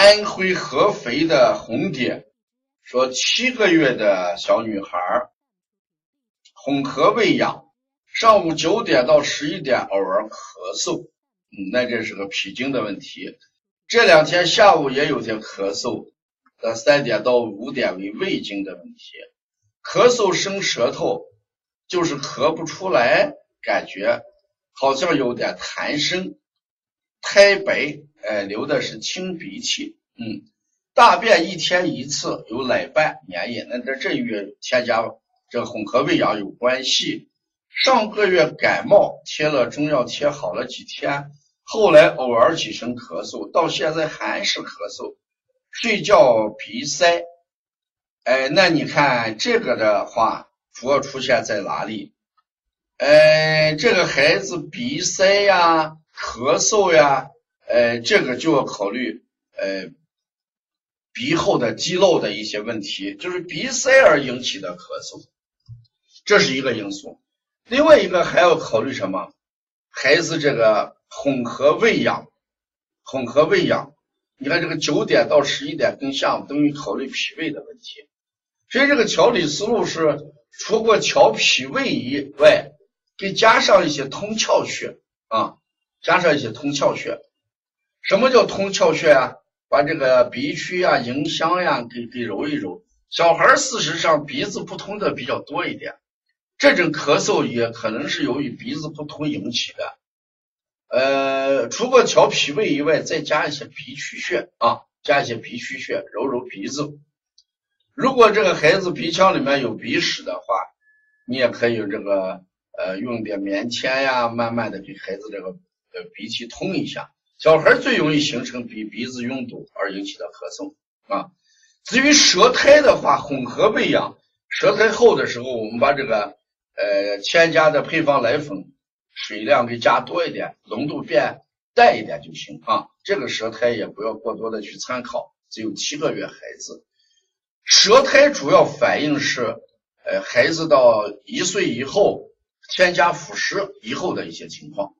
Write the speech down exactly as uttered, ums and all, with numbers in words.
安徽合肥的红爹说，七个月的小女孩混合喂养，上午九点到十一点偶尔咳嗽，嗯，那这是个脾经的问题。这两天下午也有点咳嗽，到三点到五点为胃经的问题。咳嗽生舌头，就是咳不出来，感觉好像有点痰声，苔白，哎，流的是清鼻涕，嗯，大便一天一次，有奶瓣粘液，那这这与添加这混合喂养有关系。上个月感冒贴了中药贴好了几天，后来偶尔几声咳嗽，到现在还是咳嗽，睡觉鼻塞。哎，那你看这个的话主要出现在哪里？呃，这个孩子鼻塞呀、咳嗽呀，呃，这个就要考虑呃鼻后的肌肉的一些问题，就是鼻塞而引起的咳嗽，这是一个因素。另外一个还要考虑什么？孩子这个混合喂养，混合喂养，你看这个九点到十一点跟下午等于考虑脾胃的问题。所以这个调理思路是除过调脾胃以外，给加上一些通窍穴啊，加上一些通窍穴。什么叫通窍穴啊？把这个鼻区呀、迎香呀给给揉一揉。小孩事实上鼻子不通的比较多一点，这种咳嗽也可能是由于鼻子不通引起的。呃，除过调脾胃以外，再加一些鼻区穴啊，加一些鼻区穴，揉揉鼻子。如果这个孩子鼻腔里面有鼻屎的话，你也可以这个呃用点棉签呀，慢慢的给孩子这个呃鼻涕通一下。小孩最容易形成鼻鼻子拥堵而引起的咳嗽啊。至于舌苔的话，混合喂养，舌苔厚的时候，我们把这个呃添加的配方奶粉水量给加多一点，浓度变淡一点就行啊。这个舌苔也不要过多的去参考，只有七个月孩子。舌苔主要反映是呃孩子到一岁以后添加辅食以后的一些情况。